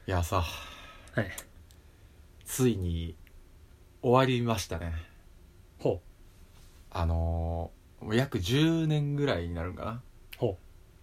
いやさ、 はい。 ついに終わりましたね。 ほもう約10年ぐらいになるんかな。 ほ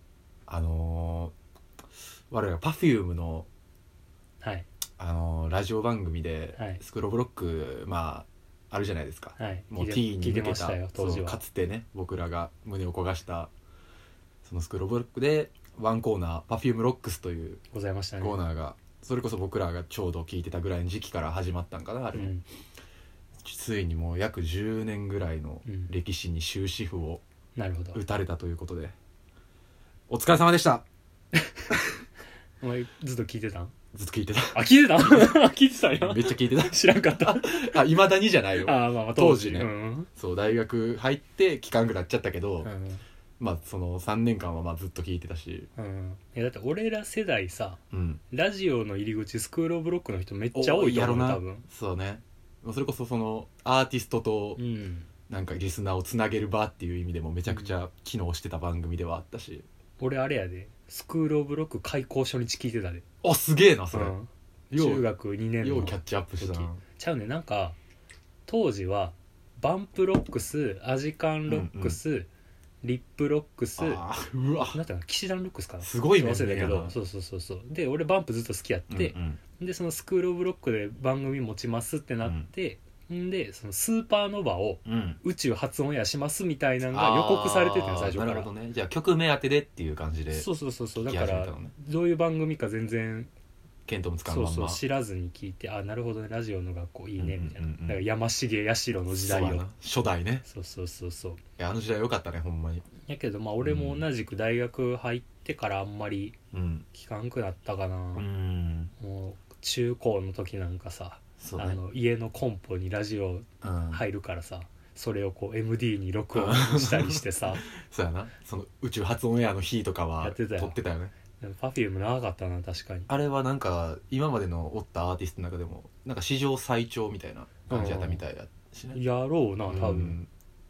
我ら Perfume のはい。 ラジオ番組で、 はいスクローブロックあるじゃないですか。 はい。 もう T 聞いてに向けたましたよ当時は。 そうかつてね僕らが胸を焦がしたそのスクローブロックでワンコーナー Perfume Rocks というございましたね。 コーナーが、それこそ僕らがちょうど聞いてたぐらいの時期から始まったんかなあれも、ついにもう約10年ぐらいの歴史に終止符をなるほど。 打たれたということで、お疲れ様でした。 お前ずっと聞いてたん？ ずっと聞いてた。 あ、聞いてた聞いてたよ。 めっちゃ聞いてた。 知らんかった。 あ、未だにじゃないよ。 あ、まあ当時ね。 そう大学入って期間ぐらい経っちゃったけど、 うん。 その3年間はずっと聞いてたし、 いやだって俺ら世代さ、 うん、 ラジオの入り口スクールオブロックの人めっちゃ多いと思う多分。 そうね。それこそそのアーティストとなんかリスナーをつなげる場っていう意味でもめちゃくちゃ機能してた番組ではあったし、 俺あれやで、スクールオブロック開校初日聞いてたで。 あ、すげえなそれ、 中学2年のようキャッチアップしてたな。 ちゃうね、なんか当時はバンプロックス、アジカンロックス、リップロックス、 うわ、 なんていうの、騎士団ロックスかな、 すごい忘れたけど、 ね。 そうで俺バンプずっと好きやって、でそのスクールオブロックで番組持ちますってなって、でそのスーパーノヴァを宇宙発オンエアしますみたいなのが予告されてて最初から。 なるほどね。じゃあ曲目当てでっていう感じで、 そうだからどういう番組か全然見当もつかんまんま知らずに聞いて、あ、なるほどね、ラジオの学校いいねみたいな、だから山重八代の時代を、 初代ね。 そういや、あの時代良かったねほんまに。 やけど俺も同じく大学入ってからあんまり聞かんくなったかな、もう中高の時なんかさ、家のコンポにラジオ入るからさ、それをこう MD に録音したりしてさそうやな、その宇宙発オンエアの日とかは撮ってたよね。 Perfume 長かったな確かに。 あれはなんか今までのおったアーティストの中でもなんか史上最長みたいな感じやったみたいだしね。 やろうな多分、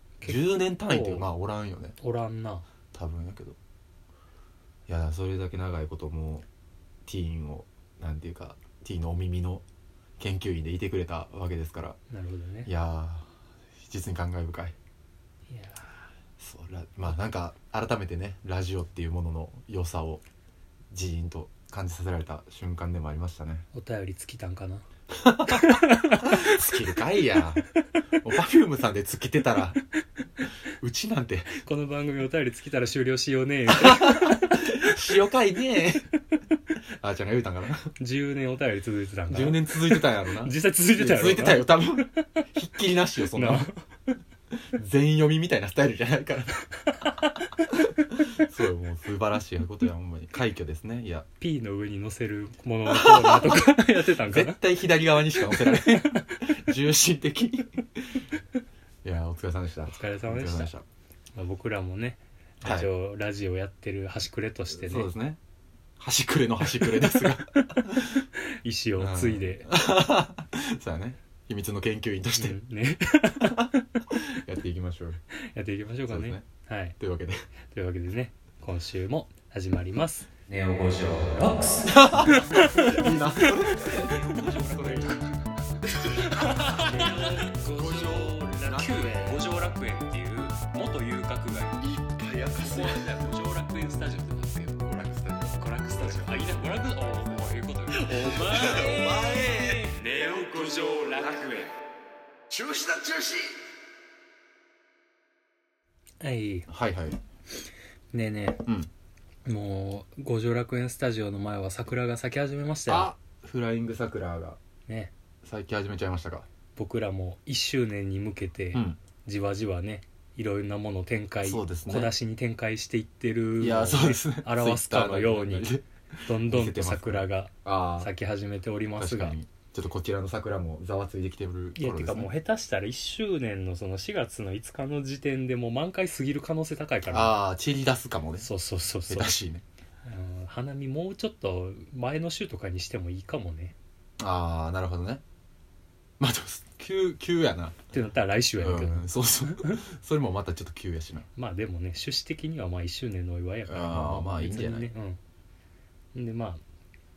10年単位っておらんよね。 おらんな多分やけど。いや、それだけ長いこともティーンをなんていうかティーンのお耳の研究員でいてくれたわけですから。 なるほどね。 いや実に感慨深い。 いやそうなんか改めてねラジオっていうものの良さをジーンと感じさせられた瞬間でもありましたね。 お便り尽きたんかな尽きるかいや。Perfume さんで尽きてたらうちなんてこの番組お便り尽きたら終了しようねしよかいねあーちゃんが言うたんかな。 10年お便り続いてたんかな。 10年続いてたんやろな。 実際続いてたやろ。 続いてたよ多分ひっきりなしよそんな全読みみたいなスタイルじゃないからそう、もう素晴らしいことやほんまに快挙ですね。いや P の上に乗せるもののコーナーとかやってたんかな。 絶対左側にしか載せられない重心的にいや、お疲れ様でした。 お疲れ様でした。僕らもねラジオやってる端くれとしてね、 そうですね、端くれの端くれですが意思を継いでそうやね、秘密の研究員として、 ねやっていきましょう。 やっていきましょうかね。はい。 というわけでね、今週も始まります。 ネオ五条ロックス。いいな。 五条楽園っていう元遊郭街いっぱい明かす五条楽園スタジオってなってる。娯楽スタジオ。あ、いいな、娯楽。おいうことよ。お前ネオ五条楽園中止だ中止。はいはい。 ねえねえ、もう五条楽園スタジオの前は桜が咲き始めましたよ。 あ、フライング桜がね、 咲き始めちゃいましたか。 僕らも1周年に向けて、じわじわね、いろんなものを展開、小出しに展開していってるのを、表すかのようにどんどんと桜が咲き始めておりますが、 ちょっとこちらの桜もざわついてきてる頃ですね。 いや、てかもう下手したら1周年のその4月の5日の時点でもう満開過ぎる可能性高いから、 ああ、散り出すかもね。 そう下手しいね。花見もうちょっと前の週とかにしてもいいかもね。 ああ、なるほどね。まあでも急やなってなったら来週やるけど、 そうそれもまたちょっと急やしな。 まあでもね、趣旨的にはまあ1周年のお祝いやから、 まあいいんじゃない。 でまあ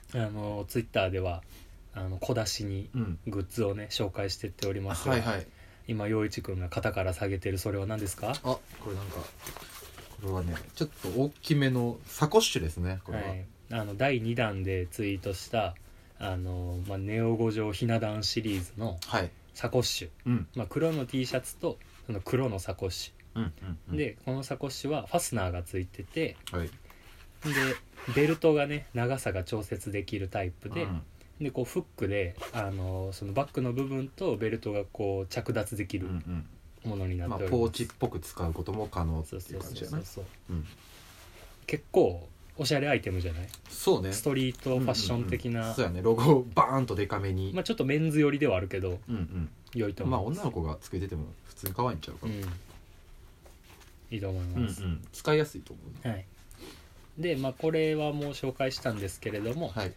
ツイッターでは小出しにグッズをね紹介してっておりますが、 はいはい、 今陽一くんが肩から下げてるそれは何ですか？ これなんかこれはねちょっと大きめのサコッシュですね。これは、 はい、第2弾でツイートしたネオ五条ひな壇シリーズのサコッシュ、黒の T シャツとその黒のサコッシュ、でこのサコッシュはファスナーがついてて、はい、でベルトがね長さが調節できるタイプで、でこうフックでそのバッグの部分とベルトがこう着脱できるものになっております。 ポーチっぽく使うことも可能っていう感じじゃない？ 結構おしゃれアイテムじゃない？そうね、ストリートファッション的な、 そうやね、ロゴをバーンとデカめに、 ちょっとメンズ寄りではあるけど、良いと思います。 女の子がつけてても普通に可愛いんちゃうかな、 いいと思います、 使いやすいと思う、 はい、でこれはもう紹介したんですけれども、はい、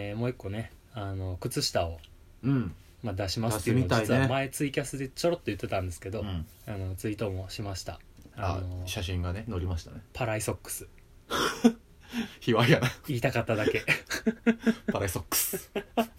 もう一個ね靴下を、出しますっていうのを実は前ツイキャスでちょろっと言ってたんですけど、ツイートもしました。 写真がね載りましたね。 パライソックス卑猥やな、 言いたかっただけパライソックス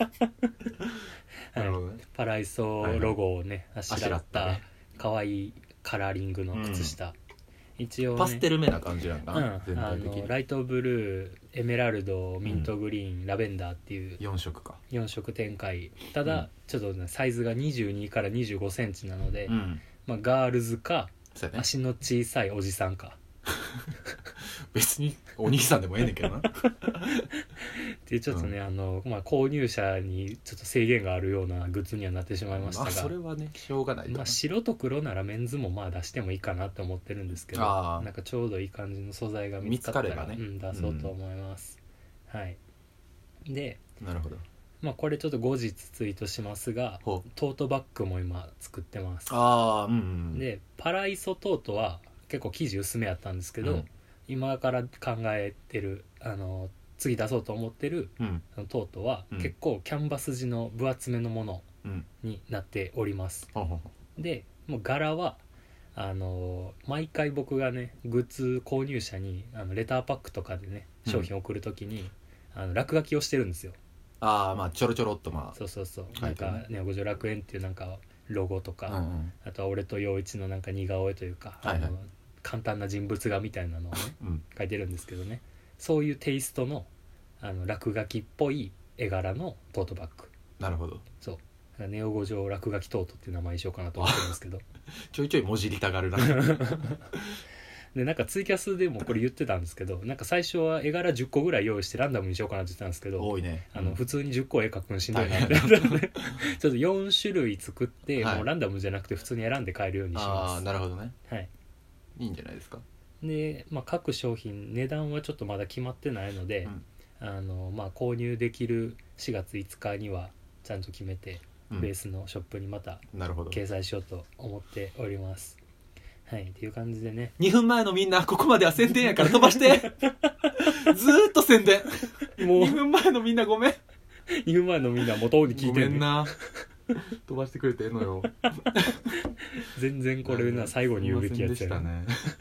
なるほどね、パライソロゴをね、あしらった可愛いカラーリングの靴下、一応ねパステルめな感じなんかな、全体的にライトブルー、エメラルド、ミントグリーン、ラベンダーっていう 4色か、 4色展開。ただ、ちょっとねサイズが22から25センチなので、ガールズか、足の小さいおじさんか別にお兄さんでもええねんけどなでちょっとね、購入者にちょっと制限があるようなグッズにはなってしまいましたが、 それはねしょうがないと、 白と黒ならメンズも出してもいいかなって思ってるんですけど、なんかちょうどいい感じの素材が見つかったらね、出そうと思います、はい。で、 なるほど、 これちょっと後日ツイートしますが、トートバッグも今作ってます。でパライソトートは結構生地薄めやったんですけど、今から考えてる次出そうと思ってる、トートは結構キャンバス地の分厚めのものになっております、でもう柄は毎回僕がねグッズ購入者にレターパックとかでね商品送るときに、落書きをしてるんですよ。 ちょろちょろっとそうなんかね五条楽園っていうなんかロゴとか、あとは俺と陽一のなんか似顔絵というか、簡単な人物画みたいなのをね、書いてるんですけどね、そういうテイストの落書きっぽい絵柄のトートバッグ。 なるほど。 そうネオ五条落書きトートっていう名前にしようかなと思ってるんですけどちょいちょいもじりたがるなでなんかツイキャスでもこれ言ってたんですけど、なんか最初は絵柄10個ぐらい用意してランダムにしようかなって言ってたんですけど、 多いね、 普通に10個絵描くのしんどいなってちょっと4種類作って、もうランダムじゃなくて普通に選んで買えるようにします。 なるほどね、 はい、 いいんじゃないですか。 で、各商品値段はちょっとまだ決まってないので、購入できる4月5日にはちゃんと決めて、ベースのショップにまた掲載しようと思っております。はい、っていう感じでね。 2分前のみんなここまでは宣伝やから飛ばしてずーっと宣伝。もう2分前のみんなごめん。 2分前のみんな元に聞いてる、 ごめんな飛ばしてくれてええのよ全然これな最後に言うべきやつやね。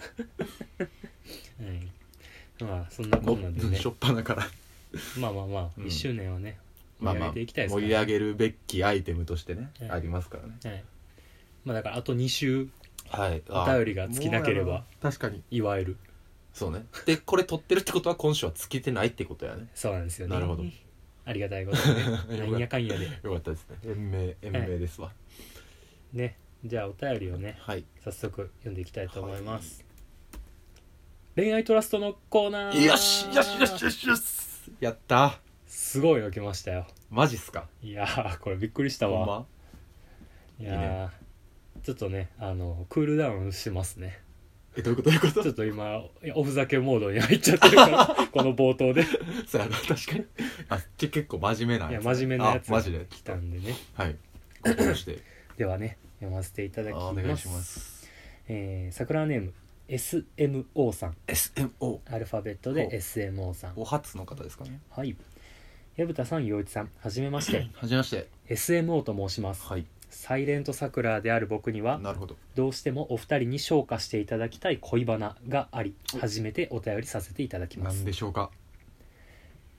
はい、そんなこんなんでね、 しょっぱなから 1周年はね盛り上げていきたいですからね。 盛り上げるべきアイテムとしてね、ありますからね。 だからあと2週お便りが尽きなければ、 確かに祝える。 そうね。でこれ撮ってるってことは今週は尽きてないってことやね。 そうなんですよね。 なるほど。 ありがたいことで、なんやかんやでよかったですね。延命ですわ。 ね、じゃあお便りをね、早速読んでいきたいと思います。恋愛トラストのコーナー。 よしやった。 すごいの来ましたよ。 マジっすか。 いやーこれびっくりしたわ。いやーちょっとねクールダウンしてますね。 どういうことちょっと今おふざけモードに入っちゃってるからこの冒頭でそうやな、確かに結構真面目なやつ、 真面目なやつが来たんでね。 心してではね読ませていただきます。 お願いします。 桜ネーム SMO さん。 SMO アルファベットで SMO さん。 お初の方ですかね。 はい。矢蓋さん、陽一さん、はじめましてはじめまして。 SMO と申します。 はい。 サイレントサクラである僕にはどうしてもお二人に消化していただきたい恋バナがあり、初めてお便りさせていただきます。 何でしょうか。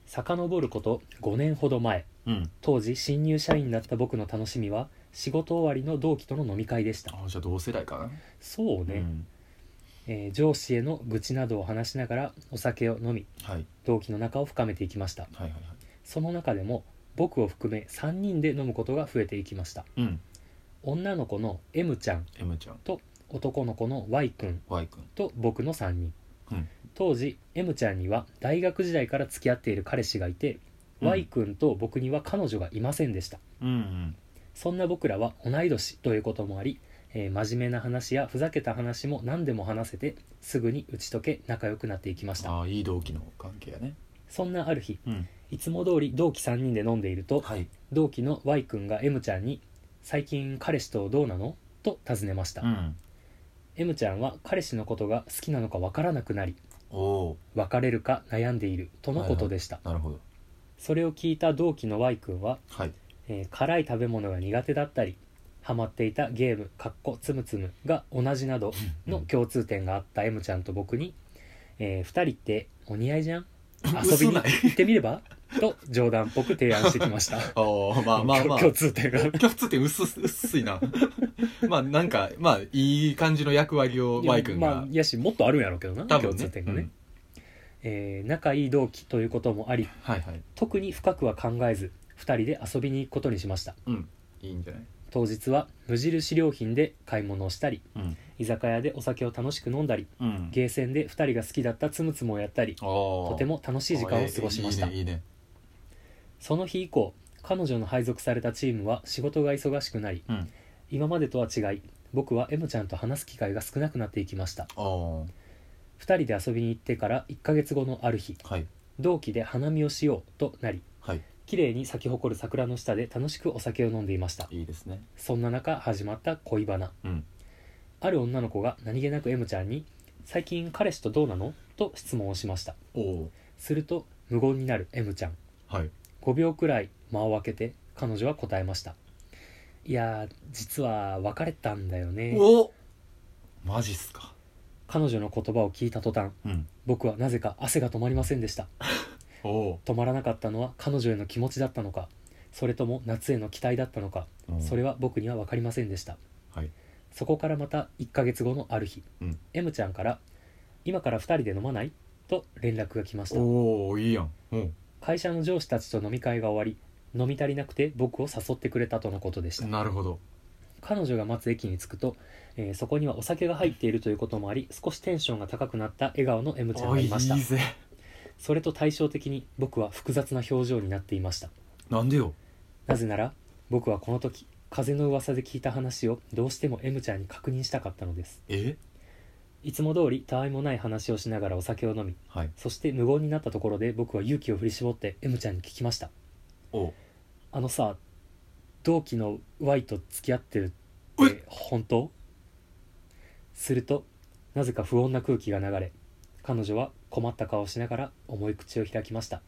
遡ること5年ほど前、当時新入社員だった僕の楽しみは仕事終わりの同期との飲み会でした。 じゃあ同世代かな。 そうね、上司への愚痴などを話しながらお酒を飲み、同期の仲を深めていきました。その中でも僕を含め3人で飲むことが増えていきました。女の子の M ちゃんと男の子の Y 君と僕の3人、当時 M ちゃんには大学時代から付き合っている彼氏がいて、Y 君と僕には彼女がいませんでした。そんな僕らは同い年ということもあり、真面目な話やふざけた話も何でも話せて、すぐに打ち解け仲良くなっていきました。 いい同期の関係やね。 そんなある日、いつも通り同期3人で飲んでいると、同期の Y 君が M ちゃんに最近彼氏とどうなのと尋ねました。M ちゃんは彼氏のことが好きなのかわからなくなり、別れるか悩んでいるとのことでした。 なるほど。 それを聞いた同期の Y 君は、辛い食べ物が苦手だったり、ハマっていたゲームつむつむが同じなどの共通点があった M ちゃんと僕に、2人ってお似合いじゃん、遊びに行ってみればと冗談っぽく提案してきました。共通点薄いな。なんかいい感じの役割を Y 君が、 やしもっとあるんやろうけどな、共通点がね。仲いい同期ということもあり、特に深くは考えず2人で遊びに行くことにしました。 いいんじゃない。 当日は無印良品で買い物をしたり、居酒屋でお酒を楽しく飲んだり、ゲーセンで2人が好きだったつむつむをやったり、とても楽しい時間を過ごしました。その日以降、彼女の配属されたチームは仕事が忙しくなり、今までとは違い僕は M ちゃんと話す機会が少なくなっていきました。2人で遊びに行ってから1ヶ月後のある日、同期で花見をしようとなり、綺麗に咲き誇る桜の下で楽しくお酒を飲んでいました。 いいですね。 そんな中始まった恋バナ。ある女の子が何気なく M ちゃんに最近彼氏とどうなのと質問をしました。すると無言になる M ちゃん、5秒くらい間を空けて彼女は答えました。いや実は別れたんだよね。 マジっすか。 彼女の言葉を聞いた途端、僕はなぜか汗が止まりませんでした。止まらなかったのは彼女への気持ちだったのか、それとも夏への期待だったのか、それは僕には分かりませんでした。そこからまた1ヶ月後のある日、M ちゃんから今から2人で飲まないと連絡が来ました。 いいやん。 会社の上司たちと飲み会が終わり、飲み足りなくて僕を誘ってくれたとのことでした。 なるほど。 彼女が待つ駅に着くと、そこにはお酒が入っているということもあり、少しテンションが高くなった笑顔の M ちゃんがいました。 いいぜ。 それと対照的に僕は複雑な表情になっていました。 なんでよ。 なぜなら僕はこの時風の噂で聞いた話をどうしても M ちゃんに確認したかったのです。いつも通りたわいもない話をしながらお酒を飲み、そして無言になったところで僕は勇気を振り絞って M ちゃんに聞きました。あのさ、同期の Y と付き合ってるって本当？するとなぜか不穏な空気が流れ、彼女は困った顔をしながら重い口を開きました。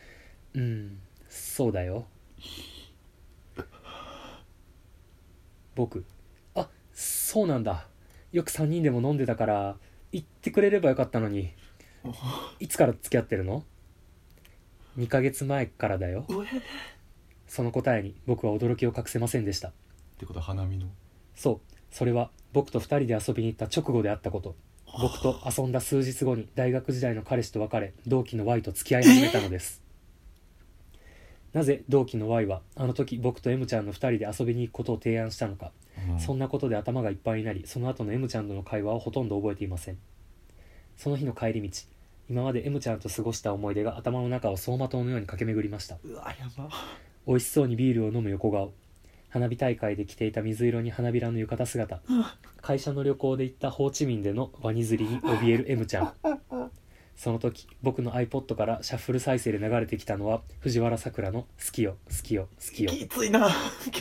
そうだよ。僕、そうなんだ。よく3人でも飲んでたから言ってくれればよかったのに。いつから付き合ってるの？2ヶ月前からだよ。その答えに僕は驚きを隠せませんでした。 ってことは花見の？ そう、それは僕と2人で遊びに行った直後であったこと。僕と遊んだ数日後に大学時代の彼氏と別れ、同期の Y と付き合い始めたのです。なぜ同期の Y はあの時僕と M ちゃんの2人で遊びに行くことを提案したのか、そんなことで頭がいっぱいになり、その後の M ちゃんとの会話をほとんど覚えていません。その日の帰り道、今まで M ちゃんと過ごした思い出が頭の中を走馬灯のように駆け巡りました。美味しそうにビールを飲む横顔、花火大会で着ていた水色に花びらの浴衣姿、会社の旅行で行ったホーチミンでのワニ釣りに怯える M ちゃん。その時僕の iPod からシャッフル再生で流れてきたのは藤原さくらの好きよ好きよ好きよ。 きついな。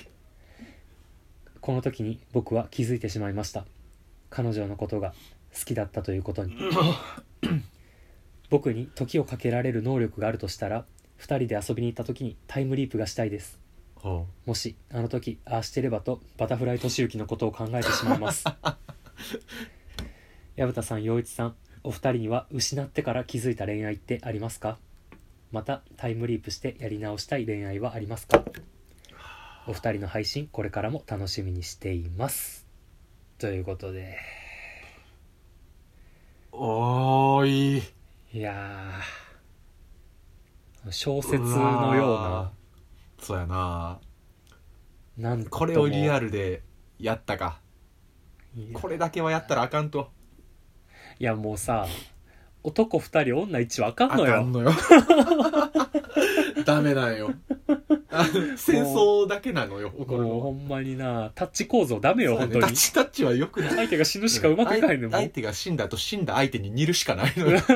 この時に僕は気づいてしまいました。彼女のことが好きだったということに。僕に時をかけられる能力があるとしたら、2人で遊びに行った時にタイムリープがしたいです。もしあの時ああしてればとバタフライ俊之のことを考えてしまいます。矢蓋さん、陽一さん、お二人には失ってから気づいた恋愛ってありますか？ またタイムリープしてやり直したい恋愛はありますか？お二人の配信これからも楽しみにしていますということで、 おーい、 いや小説のような、 そうやな、 なんともこれをリアルでやったか、これだけはやったらあかんと。 いやもうさ、男2人女1はあかんのよ。 あかんのよダメなんよ戦争だけなのよ、怒るのは。 もうほんまにな、タッチ構造ダメよ、 ね、 本当に。 タッチはよくない。 相手が死ぬしかうまくいかへんねんもん。 相手が死んだ後、死んだ相手に似るしかないのよ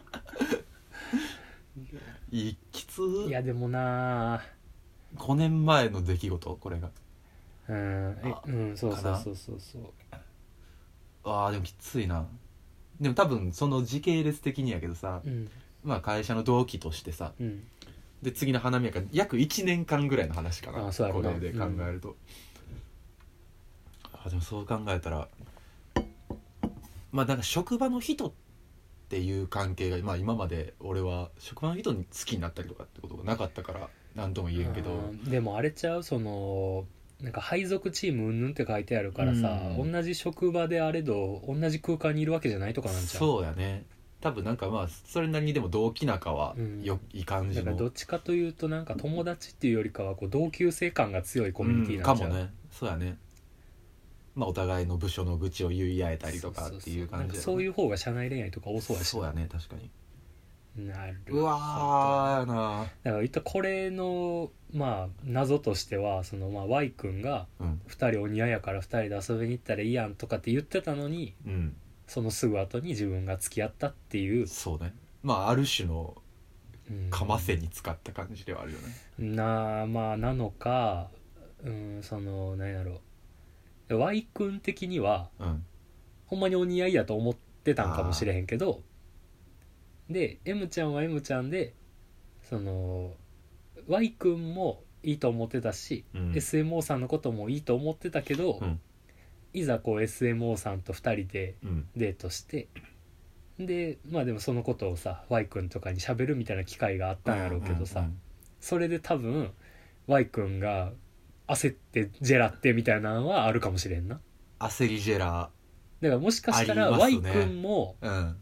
きついやでもな、 5年前の出来事、これが。 そうそうそう。 ああ、でもきついな。でも多分その時系列的にやけどさ、まあ会社の同期としてさ、で次の花見やから約1年間ぐらいの話かな、これで考えると、でもそう考えたら、まあなんか職場の人っていう関係が、まあ今まで俺は職場の人に好きになったりとかってことがなかったから何とも言えんけど、 でもあれちゃう、そのなんか配属チームうんぬんって書いてあるからさ、同じ職場であれど同じ空間にいるわけじゃないとかなんちゃう？ そうやね、多分なんかまあそれなりにでも同期仲はいい感じの、 だからどっちかというとなんか友達っていうよりかはこう同級生感が強いコミュニティなんちゃう？ かもね、そうやね。まあお互いの部署の愚痴を言い合えたりとかっていう感じで、 そういう方が社内恋愛とか多そうやし。 そうやね、確かに。 なるうわーな。 だから言ったこれのまあ謎としては、そのまあ Y 君が2人お似合いやから2人で遊びに行ったらいいやんとかって言ってたのに、そのすぐ後に自分が付き合ったっていう、 そうね、まあある種のかませに使った感じではあるよね。 まあなのか、その何やろう、 Y 君的には、ほんまにお似合いやと思ってたんかもしれへんけど、で M ちゃんは M ちゃんで、その Y 君もいいと思ってたし、SMO さんのこともいいと思ってたけど、いざこう SMO さんと2人でデートして、でまあでもそのことをさ Y 君とかに喋るみたいな機会があったんやろうけどさ、それで多分 Y 君が焦ってジェラってみたいなのはあるかもしれんな。 焦りジェラだからもしかしたら Y 君も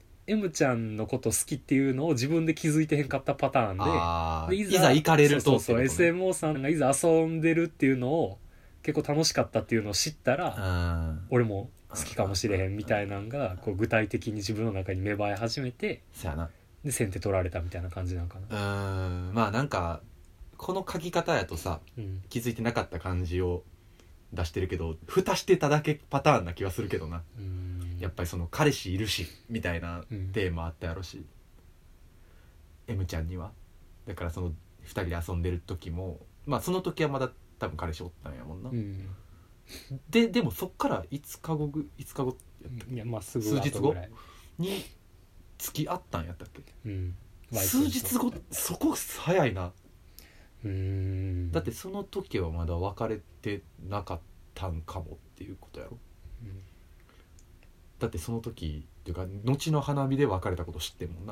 M ちゃんのこと好きっていうのを自分で気づいてへんかったパターンで、いざ行かれると、SMO さんがいざ遊んでるっていうのを結構楽しかったっていうのを知ったら、俺も好きかもしれへんみたいなのがこう具体的に自分の中に芽生え始めて、で先手取られたみたいな感じなんかな。 まあなんかこの書き方やとさ、気づいてなかった感じを出してるけど蓋してただけパターンな気はするけどな。やっぱりその彼氏いるしみたいなテーマあったやろし、M ちゃんにはだからその2人で遊んでる時も、まあその時はまだ多分彼氏おったんやもんな、でもそっから5日後やったっけ、 いやまあすぐ数日後に付き合ったんやったっけ、数日後、そこ早いな。だってその時はまだ別れてなかったんかもっていうことやろ、だってその時っていうか後の花火で別れたこと知ってんもんな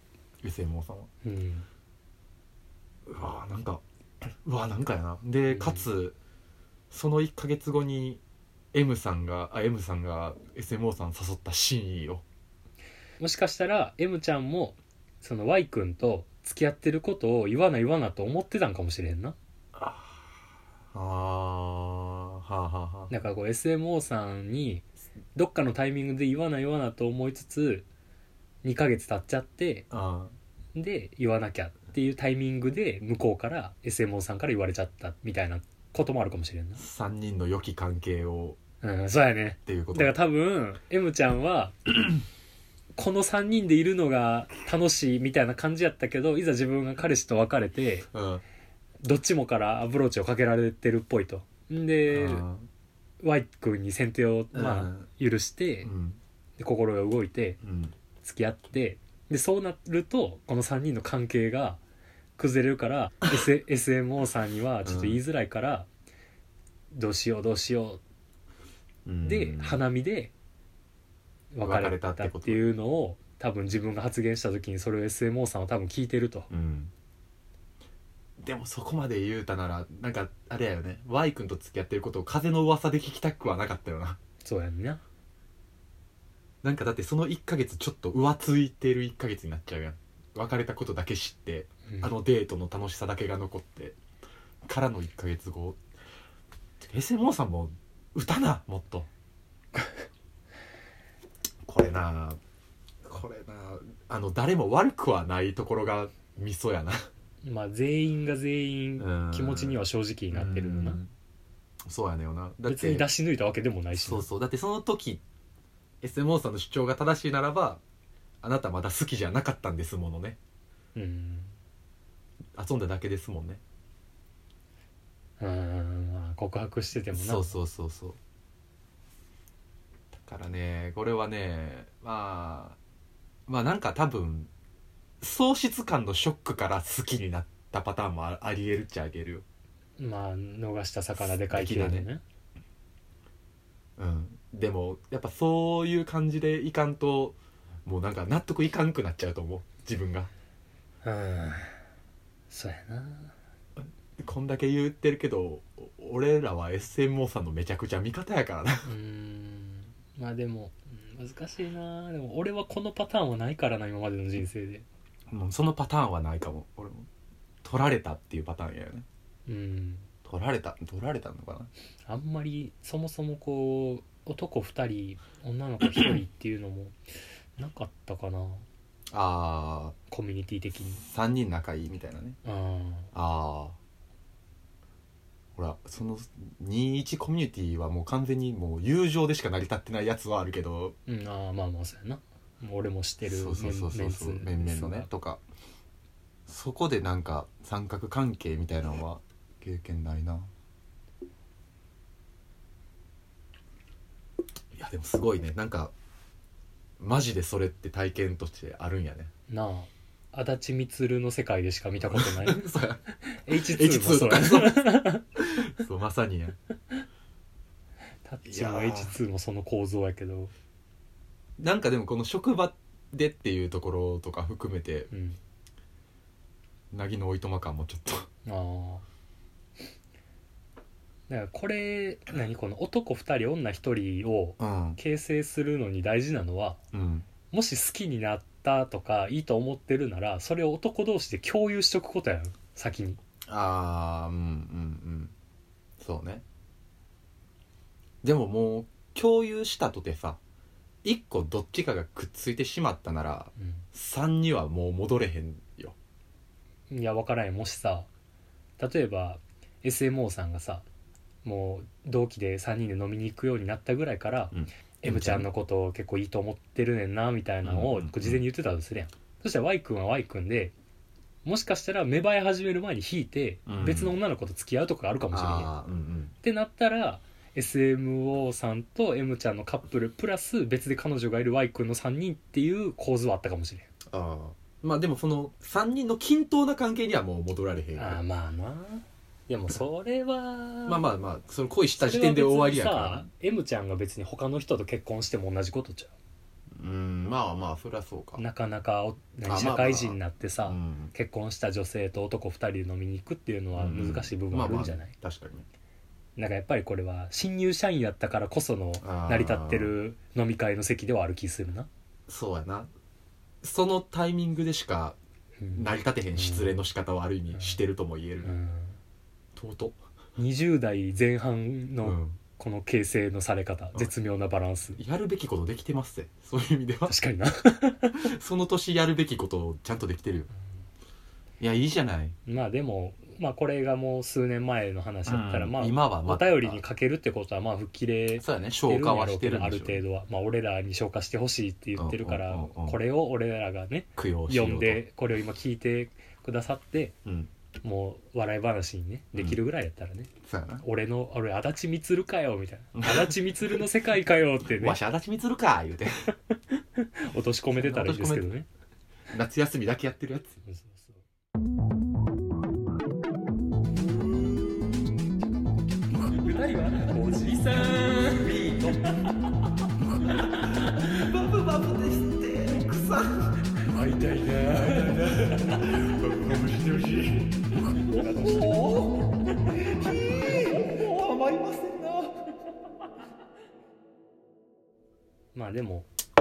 SMO さんは。うわなんかやな。でかつその1ヶ月後に M さんが SMO さん誘ったシーンよ。 もしかしたら M ちゃんもその Y 君と付き合ってることを言わなと思ってたんかもしれんな。だからこう SMO さんにどっかのタイミングで言わなと思いつつ2ヶ月経っちゃって、で言わなきゃっていうタイミングで向こうから SMO さんから言われちゃったみたいなこともあるかもしれんな。 3人の良き関係を、 そうやねっていうことだから多分 M ちゃんはこの3人でいるのが楽しいみたいな感じやったけど、いざ自分が彼氏と別れて、どっちもからアプローチをかけられてるっぽいと。で、Y 君に先手を許して、で心が動いて付き合って、でそうなるとこの3人の関係が崩れるから、SMO さんにはちょっと言いづらいから、どうしようで花見で別れたっていうのを多分自分が発言した時にそれを SMO さんは多分聞いてると、 でもそこまで言うたならなんかあれやよね、 Y 君と付き合ってることを風の噂で聞きたくはなかったよな。 そうやんな。 なんかだってその1ヶ月ちょっと浮ついてる1ヶ月になっちゃうやん。別れたことだけ知って、あのデートの楽しさだけが残ってからの1ヶ月後、SMO さんも歌な、もっとこれな誰も悪くはないところがミソやな。 まあ全員が全員気持ちには正直になってるのな。 そうやねんよな。だって別に出し抜いたわけでもないしな。そうだってその時 SMO さんの主張が正しいならば、あなたまだ好きじゃなかったんですものね。遊んだだけですもんね。 まあ告白しててもな。 そうだからね、これはね、まあなんか多分喪失感のショックから好きになったパターンもありえるっちゃあげるよ。 まあ逃した魚でかいきだね。 でもやっぱそういう感じでいかんともうなんか納得いかんくなっちゃうと思う、自分が。 そうやな。 こんだけ言ってるけど俺らは SMO さんのめちゃくちゃ味方やからな。 まあでも難しいな。でも俺はこのパターンはないからな、今までの人生で。 もうそのパターンはないかも。俺も取られたっていうパターンやよね。取られたのかな。 あんまりそもそもこう男2人女の子1人っていうのもなかったかな。コミュニティ的に 3人仲いいみたいなね。ほらその21コミュニティはもう完全にもう友情でしか成り立ってないやつはあるけど、 まあそうやな。俺も知ってる面々のねとか、そこでなんか三角関係みたいなのは経験ないな。いやでもすごいね、なんかマジでそれって体験としてあるんやね。 なあ、足立満の世界でしか見たことないそうや H2 もそうやそうまさにや。 タッチも H2 もその構造やけど、 なんかでもこの職場でっていうところとか含めて、なぎのおいとま感もちょっとだからこれこの男2人女1人を形成するのに大事なのは、もし好きになったとかいいと思ってるならそれを男同士で共有しとくことやん、先に。 そうね。でももう共有したとてさ、1個どっちかがくっついてしまったなら、3にはもう戻れへんよ。 いや分からんよ。もしさ、例えば SMO さんがさもう同期で3人で飲みに行くようになったぐらいから、M ちゃんのことを結構いいと思ってるねんなみたいなのを事前に言ってたとするやん。そしたら Y 君は Y 君でもしかしたら芽生え始める前に引いて別の女の子と付き合うとかがあるかもしれへん、ってなったら SMO さんと M ちゃんのカップルプラス別で彼女がいる Y 君の3人っていう構図はあったかもしれん。 まあでもその3人の均等な関係にはもう戻られへん。 まあな。でもそれはまあその恋した時点で終わりやから。 M ちゃんが別に他の人と結婚しても同じことちゃう。 まあそりゃそうか。 なかなか社会人になってさ、結婚した女性と男2人で飲みに行くっていうのは難しい部分あるんじゃない。 確かに。 なんかやっぱりこれは新入社員やったからこその成り立ってる飲み会の席ではある気するな。 そうやな。そのタイミングでしか成り立てへん失恋の仕方をある意味してるとも言える。 20代前半のこの形成のされ方、絶妙なバランス。 やるべきことできてますって。そういう意味では確かになその年やるべきことをちゃんとできてるよ。いやいいじゃない。 まあでもこれがもう数年前の話だったら、 今はお便りにかけるってことは吹っ切れそうやね、消化はしてるんでしょう。 ある程度は俺らに消化してほしいって言ってるから、これを俺らがね読んでこれを今聞いてくださって、もう笑い話にねできるぐらいやったらね、 そうやな。 俺足立満かよみたいな足立満の世界かよってねわし足立満か言うて落とし込めてたらいいですけどね。 夏休みだけやってるやつ。 2人はおじさんビートバブバブですって草会いたいなバブバブしてほしいがどうしたたまりませんな。 まあでも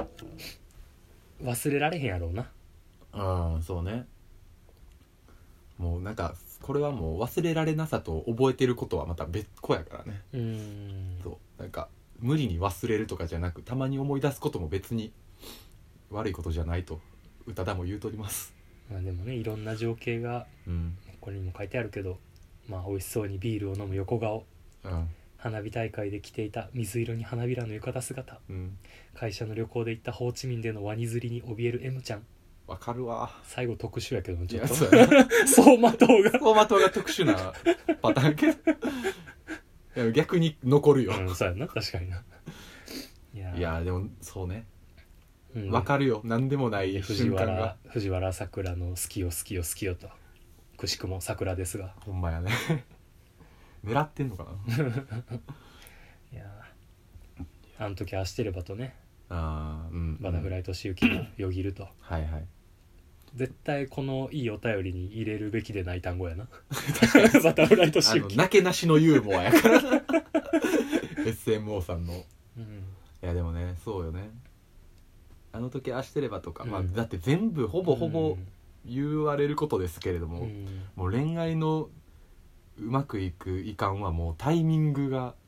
忘れられへんやろうな。 ああそうね。もうなんかこれはもう忘れられなさと覚えてることはまた別個やからね。そうなんか無理に忘れるとかじゃなく、たまに思い出すことも別に悪いことじゃないと宇多田も言うとります。 まあでもね、いろんな情景が、これにも書いてあるけど、まあ美味しそうにビールを飲む横顔、花火大会で着ていた水色に花びらの浴衣姿、会社の旅行で行ったホーチミンでのワニ釣りに怯える M ちゃん。 わかるわ。 最後特殊やけどちょっと走馬灯が特殊なパターンけど逆に残るよ。 そうやな、確かにな。 いやでもそうね、わかるよ。何でもない瞬間が。 藤原さくらの好きよ好きよ好きよと、くしくも桜ですが。 ほんまやね。狙ってんのかな。いやあの時ああしてればとね。 バタフライ敏之がよぎると。 はいはい。 絶対このいいお便りに入れるべきでない単語やな。バタフライ敏之。 なけなしのユーモアやからな。SMO さんの。いやでもね、そうよね。あの時ああしてればとか、だって全部ほぼほぼ言われることですけれども、もう恋愛のうまくいくいかんはもうタイミングが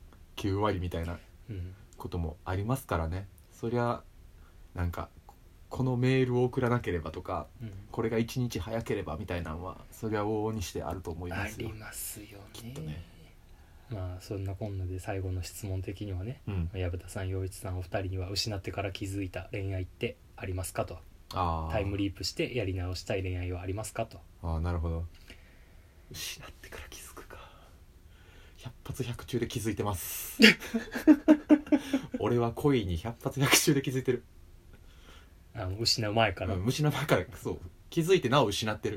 9割みたいなこともありますからね。そりゃなんかこのメールを送らなければとか、これが1日早ければみたいなのはそりゃ往々にしてあると思いますよ。 ありますよね、 きっとね。 まあそんなこんなで最後の質問的にはね、薮田さん陽一さんお二人には失ってから気づいた恋愛ってありますかと。タイムリープしてやり直したい恋愛はありますかと。 なるほど。失ってから気づくか。100発100中で気づいてます。俺は恋に100発100中で気づいてる。 失う前から、 失う前から。そう気づいてなお失ってる。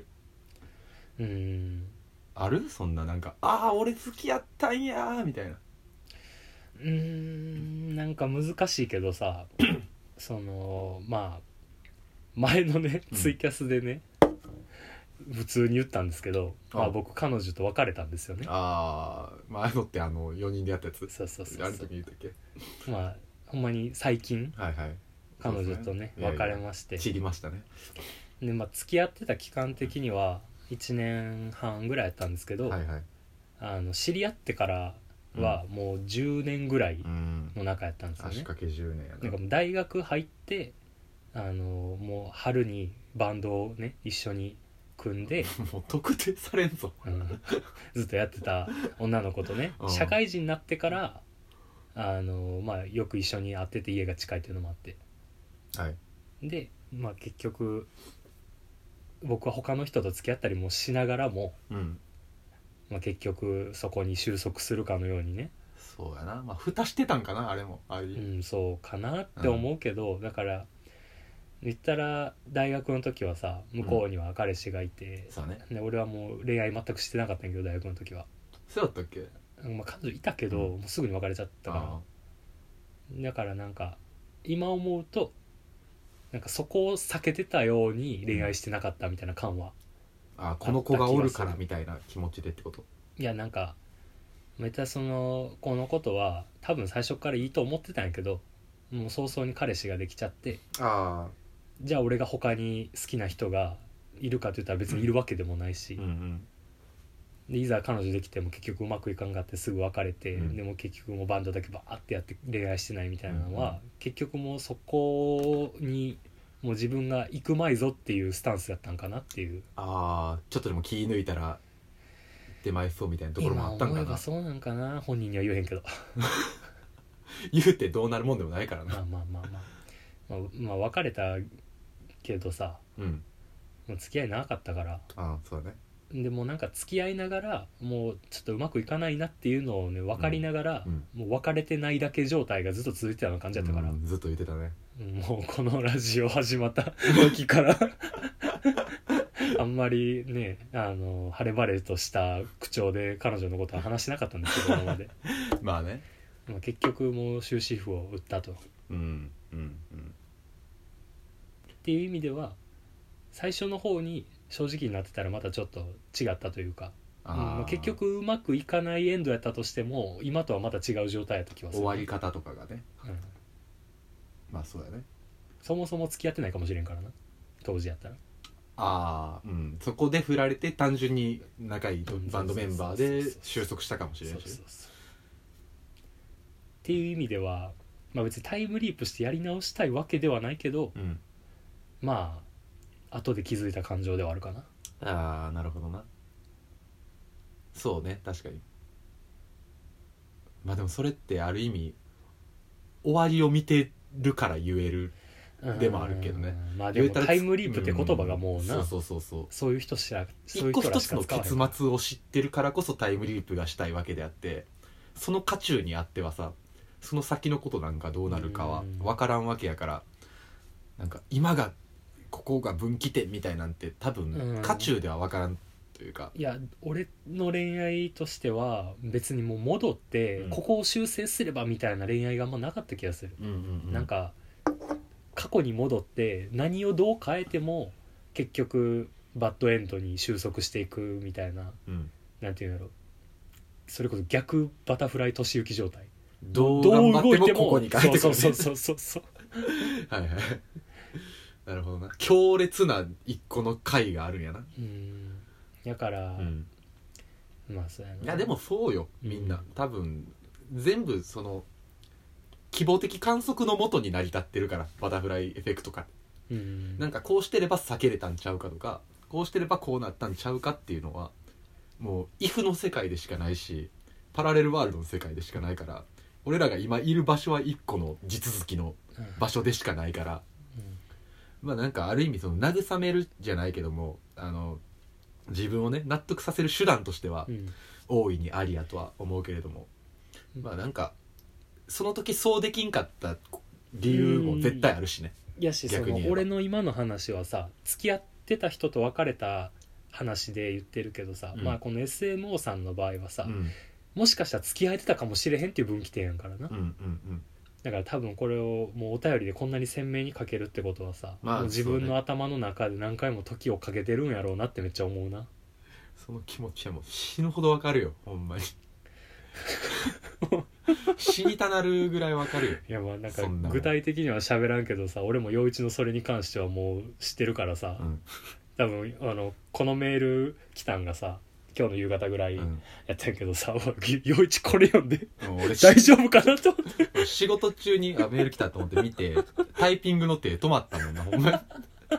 ある？そんななんか俺好きやったんやみたいな。 なんか難しいけどさそのまあ前のねツイキャスでね、普通に言ったんですけど、僕彼女と別れたんですよね。 前のって4人でやったやつ。 そうある時に言ったっけ。 ほんまに最近、彼女とね別れまして、 散りましたね。 で付き合ってた期間的には1年半ぐらいやったんですけど、知り合ってからはもう10年ぐらいの仲やったんですよね。 足掛け10年やな。 なんかもう大学入ってもう春にバンドをね一緒に組んでもう特定されんぞ、 ずっとやってた女の子とね、社会人になってからよく一緒に会ってて家が近いっていうのもあって、で結局僕は他の人と付き合ったりもしながらも、結局そこに収束するかのようにね。 そうやな。蓋してたんかなあれも。 そうかなって思うけど、だから言ったら大学の時はさ向こうには彼氏がいて、で俺はもう恋愛全くしてなかったんやけど大学の時は。 そうだったっけ。 彼女いたけど、もうすぐに別れちゃったから。だからなんか今思うとなんかそこを避けてたように恋愛してなかったみたいな感は、 この子がおるからみたいな気持ちでってこと。 いやなんかめっちゃこのことは多分最初からいいと思ってたんやけど、もう早々に彼氏ができちゃって、じゃあ俺が他に好きな人がいるかといったら別にいるわけでもないし、でいざ彼女できても結局うまくいかんがってすぐ別れて、でも結局もうバンドだけバーってやって恋愛してないみたいなのは、結局もうそこにもう自分が行くまいぞっていうスタンスだったんかなっていう。 ちょっとでも気抜いたら出前そうみたいなところもあったんかな。 今思えばそうなんかな。本人には言えへんけど言うてどうなるもんでもないからな。 別れたけどさ、もう付き合い長かったから。 そうだね。 でもなんか付き合いながらもうちょっとうまくいかないなっていうのをね分かりながら、もう別れてないだけ状態がずっと続いてたような感じだったから、 ずっと言ってたね。 もうこのラジオ始まった時からあんまりね晴れ晴れとした口調で彼女のことは話しなかったんですけど今までね、 結局もう終止符を打ったと、っていう意味では最初の方に正直になってたらまたちょっと違ったというか、結局うまくいかないエンドやったとしても今とはまた違う状態やった気はする、 終わり方とかがね、まあそうやね。 そもそも付き合ってないかもしれんからな、当時やったら。 そこで振られて単純に仲いいバンドメンバーで収束したかもしれないし、 っていう意味では、まあ、別にタイムリープしてやり直したいわけではないけど、まあ後で気づいた感情ではあるかな。 なるほどな。そうね、確かに。まあでもそれってある意味終わりを見てるから言えるでもあるけどね。 まあでもタイムリープって言葉がもうな、 そういう人しか一個一つの結末を知ってるからこそタイムリープがしたいわけであって、その渦中にあってはさ、その先のことなんかどうなるかは分からんわけやから、なんか今がここが分岐点みたいなんて多分渦中では分からんというか、 いや俺の恋愛としては別にもう戻ってここを修正すればみたいな恋愛があんまなかった気がする、なんか過去に戻って何をどう変えても結局バッドエンドに収束していくみたいな、なんていうんだろう、それこそ逆バタフライ年行き状態、 どう頑張ってもここに帰ってくる、 そうはいはい、なるほどな。強烈な一個の回があるんやな。 だから、まあそうやな。 いやでもそうよ、みんな、多分全部その希望的観測のもとに成り立ってるから、バタフライエフェクトか、なんかこうしてれば避けれたんちゃうかとか、こうしてればこうなったんちゃうかっていうのはもうイフの世界でしかないし、パラレルワールドの世界でしかないから、俺らが今いる場所は一個の地続きの場所でしかないから、まあなんかある意味その慰めるじゃないけども、自分をね納得させる手段としては大いにありやとは思うけれども、まあなんかその時そうできんかった理由も絶対あるしね。 いやし、その俺の今の話はさ、付き合ってた人と別れた話で言ってるけどさ、まあこの SMO さんの場合はさ、もしかしたら付き合えてたかもしれへんっていう分岐点やからな、だから多分これをもうお便りでこんなに鮮明に書けるってことはさ、もう自分の頭の中で何回も時をかけてるんやろうなってめっちゃ思うな。 その気持ちはもう死ぬほどわかるよ、ほんまに死にたなるぐらいわかるよ。 いやまあなんか具体的には喋らんけどさ、俺も陽一のそれに関してはもう知ってるからさ、多分このメール来たんがさ今日の夕方ぐらいやったんやけどさ、陽一これ読んで大丈夫かなと思って仕事中にメール来たと思って見てタイピングの手止まったもんな、ほんま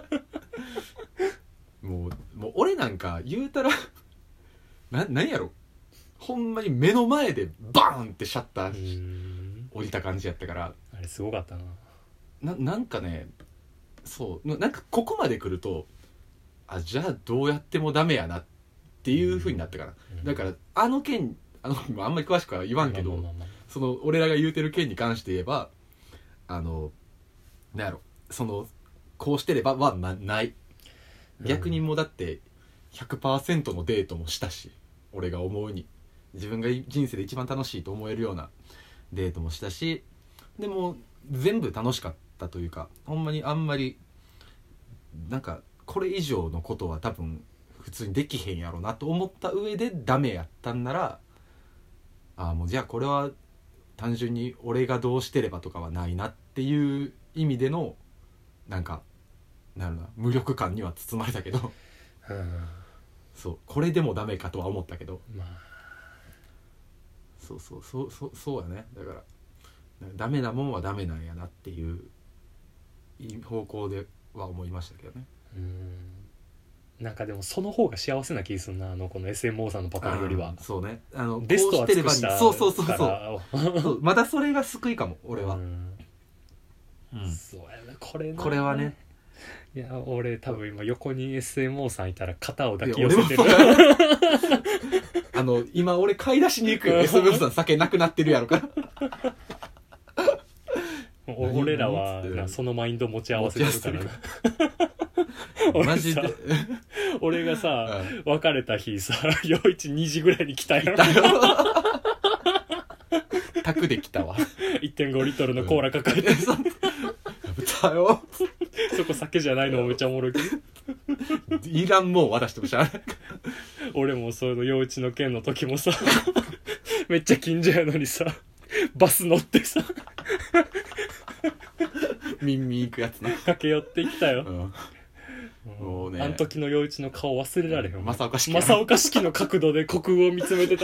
もう俺なんか言うたらなんやろ、ほんまに目の前でバーンってシャッター降りた感じやったから、 あれすごかったな。 なんかね、そうなんかここまで来るとじゃあどうやってもダメやなっていう風になったから、だからあの件あんまり詳しくは言わんけど、その俺らが言うてる件に関して言えばなんやろ、そのこうしてればはない、逆にもうだって 100% のデートもしたし、俺が思うに自分が人生で一番楽しいと思えるようなデートもしたし、でも全部楽しかったというか、ほんまにあんまりなんかこれ以上のことは多分普通にできへんやろなと思った上でダメやったんなら、もうじゃあこれは単純に俺がどうしてればとかはないなっていう意味でのなんかなるな、無力感には包まれたけどそうこれでもダメかとは思ったけど、そうやね。だからダメなもんはダメなんやなっていう方向では思いましたけどね。 なんかでもその方が幸せな気するな、この SMO さんのパターンよりは。 そうね、 ベストは尽くしたからそうまだそれが救いかも俺は。 そうやな、これはね。 いや俺多分今横に SMO さんいたら肩を抱き寄せてる今俺買い出しに行くよSMO さん酒なくなってるやろから俺らはそのマインド持ち合わせてるからなマジで俺がさ、別れた日さ陽一2時ぐらいに来たよ宅で来たわ 1.5 リットルのコーラ抱えてやめたよそこ酒じゃないのもめっちゃおもろいけどいらんもん渡してもしゃあない俺もその幼稚の件の時もさめっちゃ近所やのにさバス乗ってさミンミン行くやつな駆け寄ってきたよ、 もうねあの時の陽一の顔忘れられへん。 正岡式の角度で虚空を見つめてた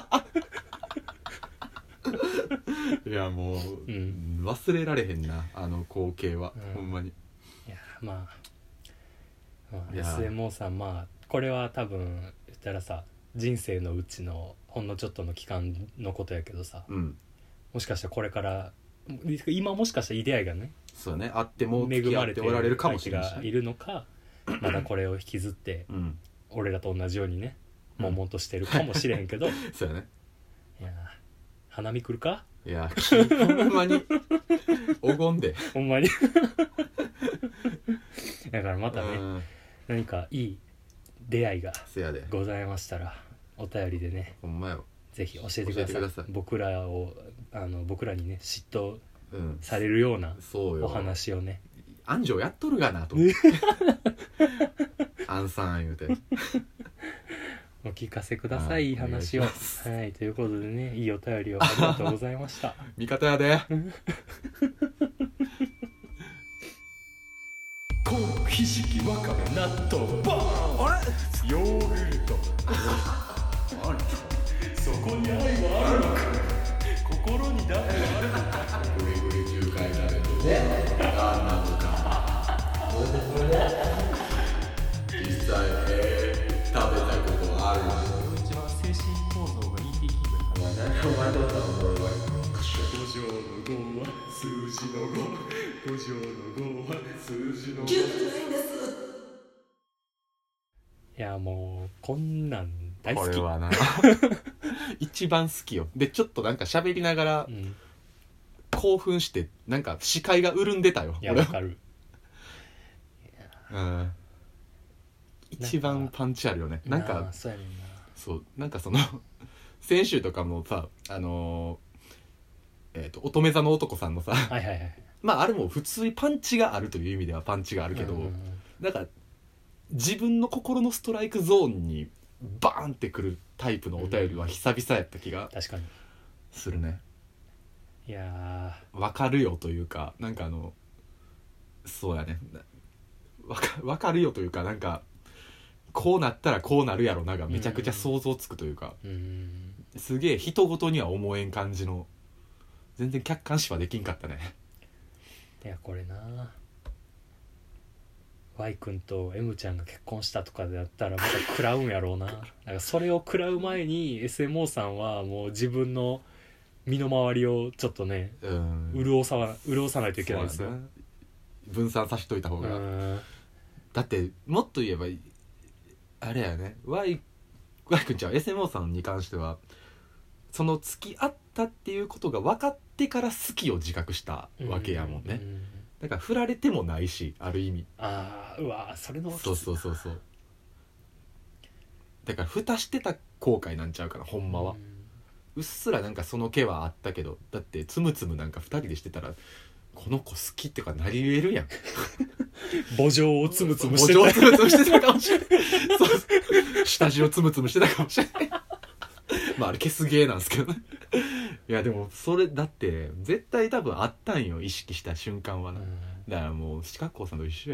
いやもう、忘れられへんなあの光景は、ほんまに。いやまあ SMO さん、まあこれは多分言ったらさ人生のうちのほんのちょっとの期間のことやけどさ、もしかしたらこれから今もしかしたらいい出会いがね、 そうね、あっても付き合っておられるかもしれない、 相手がいるのかまだこれを引きずって、俺らと同じようにね悶々としてるかもしれへんけど、 そうやね。 いや花見来るか。 いやほんまにおごんでほんまにだからまたね、何かいい出会いがございましたらお便りでね、 ほんまよ、 ぜひ教えてください。僕らにね嫉妬されるようなお話をね、 安城やっとるがなと思ってアンさん言うてお聞かせください、いい話を。はい、ということでね、いいお便りをありがとうございました味方やでコーンひじきわかめ納豆バーン、あれヨーグルトそこに愛はあるのか、心に誰はあるのか、 グリグリ10回食べてね、何なのかそれで実際食べたことあるの。 一番精神構造が ET キングお前どうだろう。 5乗の5は数字の5、5乗の5は数字の5。いやもうこんなん大好き。 これはな一番好きよ。でちょっとなんか喋りながら、興奮してなんか視界が潤んでたよ。 いやわかる。 一番パンチあるよね。なんかそうやねんな。 そうなんかその先週とかもさ乙女座の男さんのさ、まああれも普通にパンチがあるという意味ではパンチがあるけど、なんか自分の心のストライクゾーンにバーンってくるタイプのお便りは久々やった気がするね。 いやわかるよというか、なんかそうやね、わかるよというか、なんかこうなったらこうなるやろながめちゃくちゃ想像つくというか、すげえ人事には思えん感じの、全然客観視はできんかったね。 いやこれな Y 君と M ちゃんが結婚したとかでやったらまた食らうんやろうな。なんかそれを食らう前に SMO さんはもう自分の身の回りをちょっとね、潤さないといけないですよ。 分散させといた方が。だってもっと言えばあれやね、 Y 君ちゃん SMO さんに関してはその付き合ったっていうことが分かってから好きを自覚したわけやもんね。だから振られてもないし、ある意味。 うわそれのそうだから蓋してた後悔なんちゃうかな、ほんまは。うっすらなんかその気はあったけど、だってつむつむなんか2人でしてたらこの子好きってかなり言えるやん母情をつむつむしてたかもしれないそう下地をつむつむしてたかもしれないまああれ消す芸なんですけどねいやでもそれだって絶対多分あったんよ、意識した瞬間はな。だからもう四角光さんと一緒よ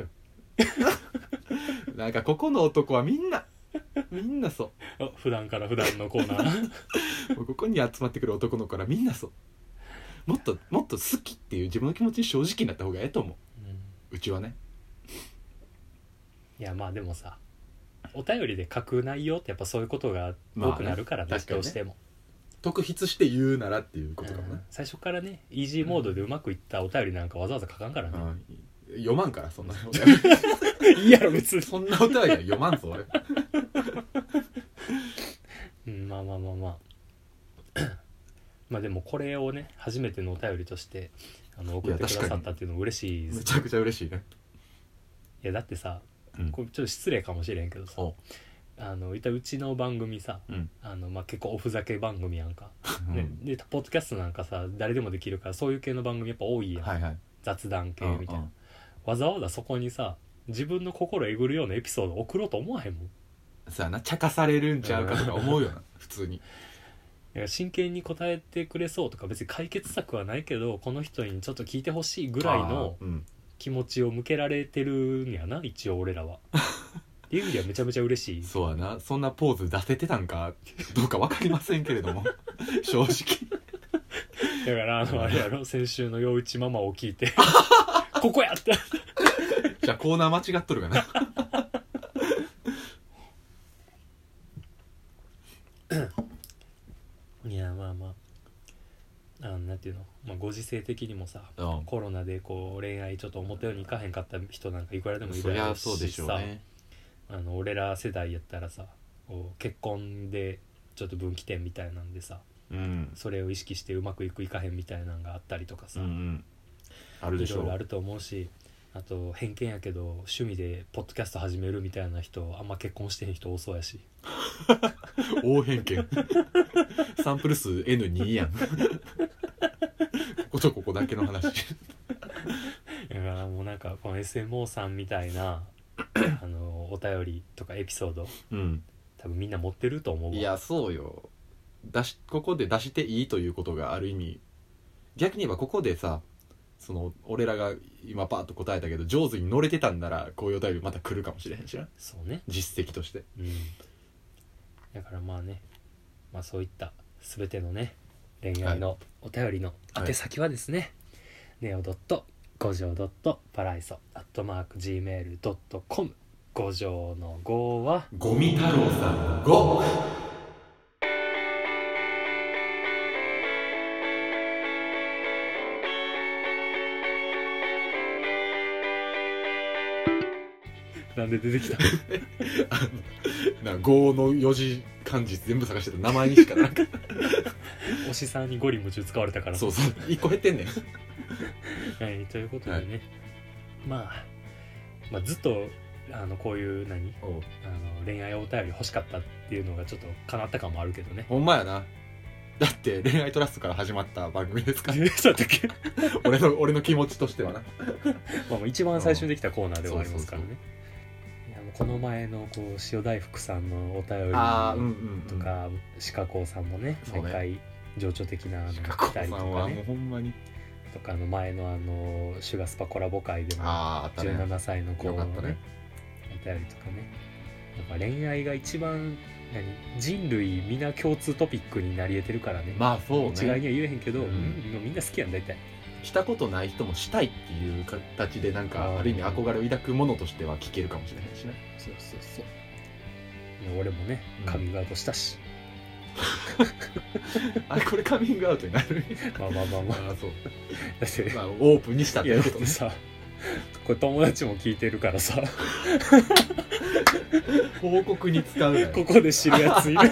なんかここの男はみんなそう普段のコーナーここに集まってくる男の子らみんなそう、もっと好きっていう自分の気持ちに正直になった方がええと思う、うちはね。 いやまあでもさ、お便りで書く内容ってやっぱそういうことが多くなるからね、どうしても特筆して言うならっていうことかもね、 最初からねイージーモードでうまくいったお便りなんかわざわざ書かんからね、 読まんからそんないいやろ別にそんなお便りは読まんぞ俺まあまあでもこれをね初めてのお便りとして送ってくださったっていうのも嬉しいです。 めちゃくちゃ嬉しいね。 いやだってさ、これちょっと失礼かもしれんけどさ、うちの番組さ、結構おふざけ番組やんか、でポッドキャストなんかさ誰でもできるからそういう系の番組やっぱ多いやん、雑談系みたいな、わざわざそこにさ自分の心えぐるようなエピソード送ろうと思わへんもん。 さあな、茶化されるんちゃうかとか思うよな普通に。 真剣に答えてくれそうとか、別に解決策はないけどこの人にちょっと聞いてほしいぐらいの気持ちを向けられてるんやな一応俺らはっていう意味ではめちゃめちゃ嬉しい。 そうやな、そんなポーズ出せてたんかどうか分かりませんけれども正直だからあれやろ、先週の陽一ママを聞いてここやってじゃあコーナー間違っとるかないやまあまあなんていうの、まあ、ご時世的にもさ、コロナでこう恋愛ちょっと思ったようにいかへんかった人なんかいくらでもいるやろしさ、そうでしょうね。俺ら世代やったらさ、こう結婚でちょっと分岐点みたいなんでさ、それを意識してうまくいくいかへんみたいなのがあったりとかさ、 あるでしょう。 いろいろあると思うし、あと偏見やけど趣味でポッドキャスト始めるみたいな人あんま結婚してへん人多そうやし大偏見サンプル数 N2 やんこことここだけの話だからもうなんかこの SMO さんみたいなお便りとかエピソード、多分みんな持ってると思うわ。 いやそうよ、ここで出していいということがある意味、逆に言えばここでさ、その俺らが今パーッと答えたけど上手に乗れてたんならこういうお便りまた来るかもしれへんしな。 そうね、 実績として。 だからまあね、まあそういった全てのね恋愛のお便りの宛先はですね、neo.5条.paraiso@gmail.com 5条の5はゴミ太郎さんの5。 なんで出てきたなんか5の4字漢字全部探してた名前にしかなかった推しさんにゴリ夢中使われたから。 そうそう、1個減ってんねんはい、ということでね、まあずっとこういう恋愛お便り欲しかったっていうのがちょっと叶った感もあるけどね。 ほんまやな。だって恋愛トラストから始まった番組ですからそうだっけ俺の気持ちとしてはなまあ一番最初にできたコーナーではありますからね。この前のこう塩大福さんのお便りとか、鹿子さんもね毎回情緒的な来たりとかね、 ほんまにとか前のシュガスパコラボ会でも17歳の子のねお便りとかね、やっぱ恋愛が一番人類皆共通トピックになり得てるからね。 まあそうね、 一概には言えへんけど、みんな好きやん大体。 したことない人もしたいっていう形でなんかある意味憧れを抱くものとしては聞けるかもしれないしね。 そうそうそう。俺もねカミングアウトしたし、 あれこれカミングアウトになるまあそうだって、まあ、オープンにしたっていうことね。 さ、これ友達も聞いてるからさ報告に使うなよここで知るやついる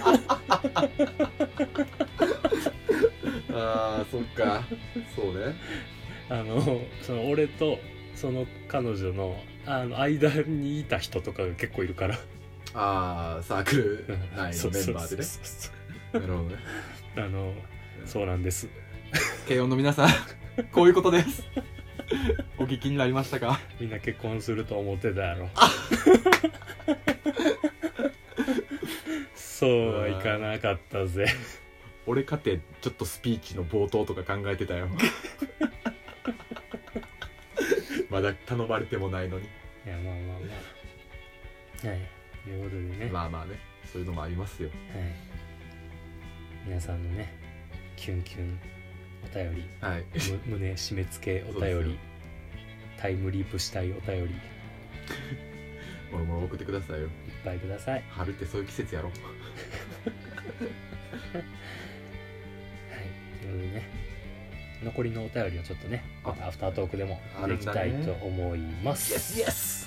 あーそっか、そうね。 その俺とその彼女の間にいた人とかが結構いるから、 ああサークル内のメンバーでね。なるほどね。 そうなんです。 慶応の皆さんこういうことです。お聞きになりましたか？ みんな結婚すると思ってたやろ。そうはいかなかったぜ。 俺かてちょっとスピーチの冒頭とか考えてたよまだ頼まれてもないのに。いやまあはい、ということでね、 まあね、そういうのもありますよ。 はい、皆さんのねキュンキュンお便り、 はい、 胸締め付けお便り、タイムリープしたいお便りもろもろ送ってくださいよ。いっぱいください。 春ってそういう季節やろはい、 ということでね、残りのお便りをちょっとねまたアフタートークでもできたいと思います。 イエスイエス。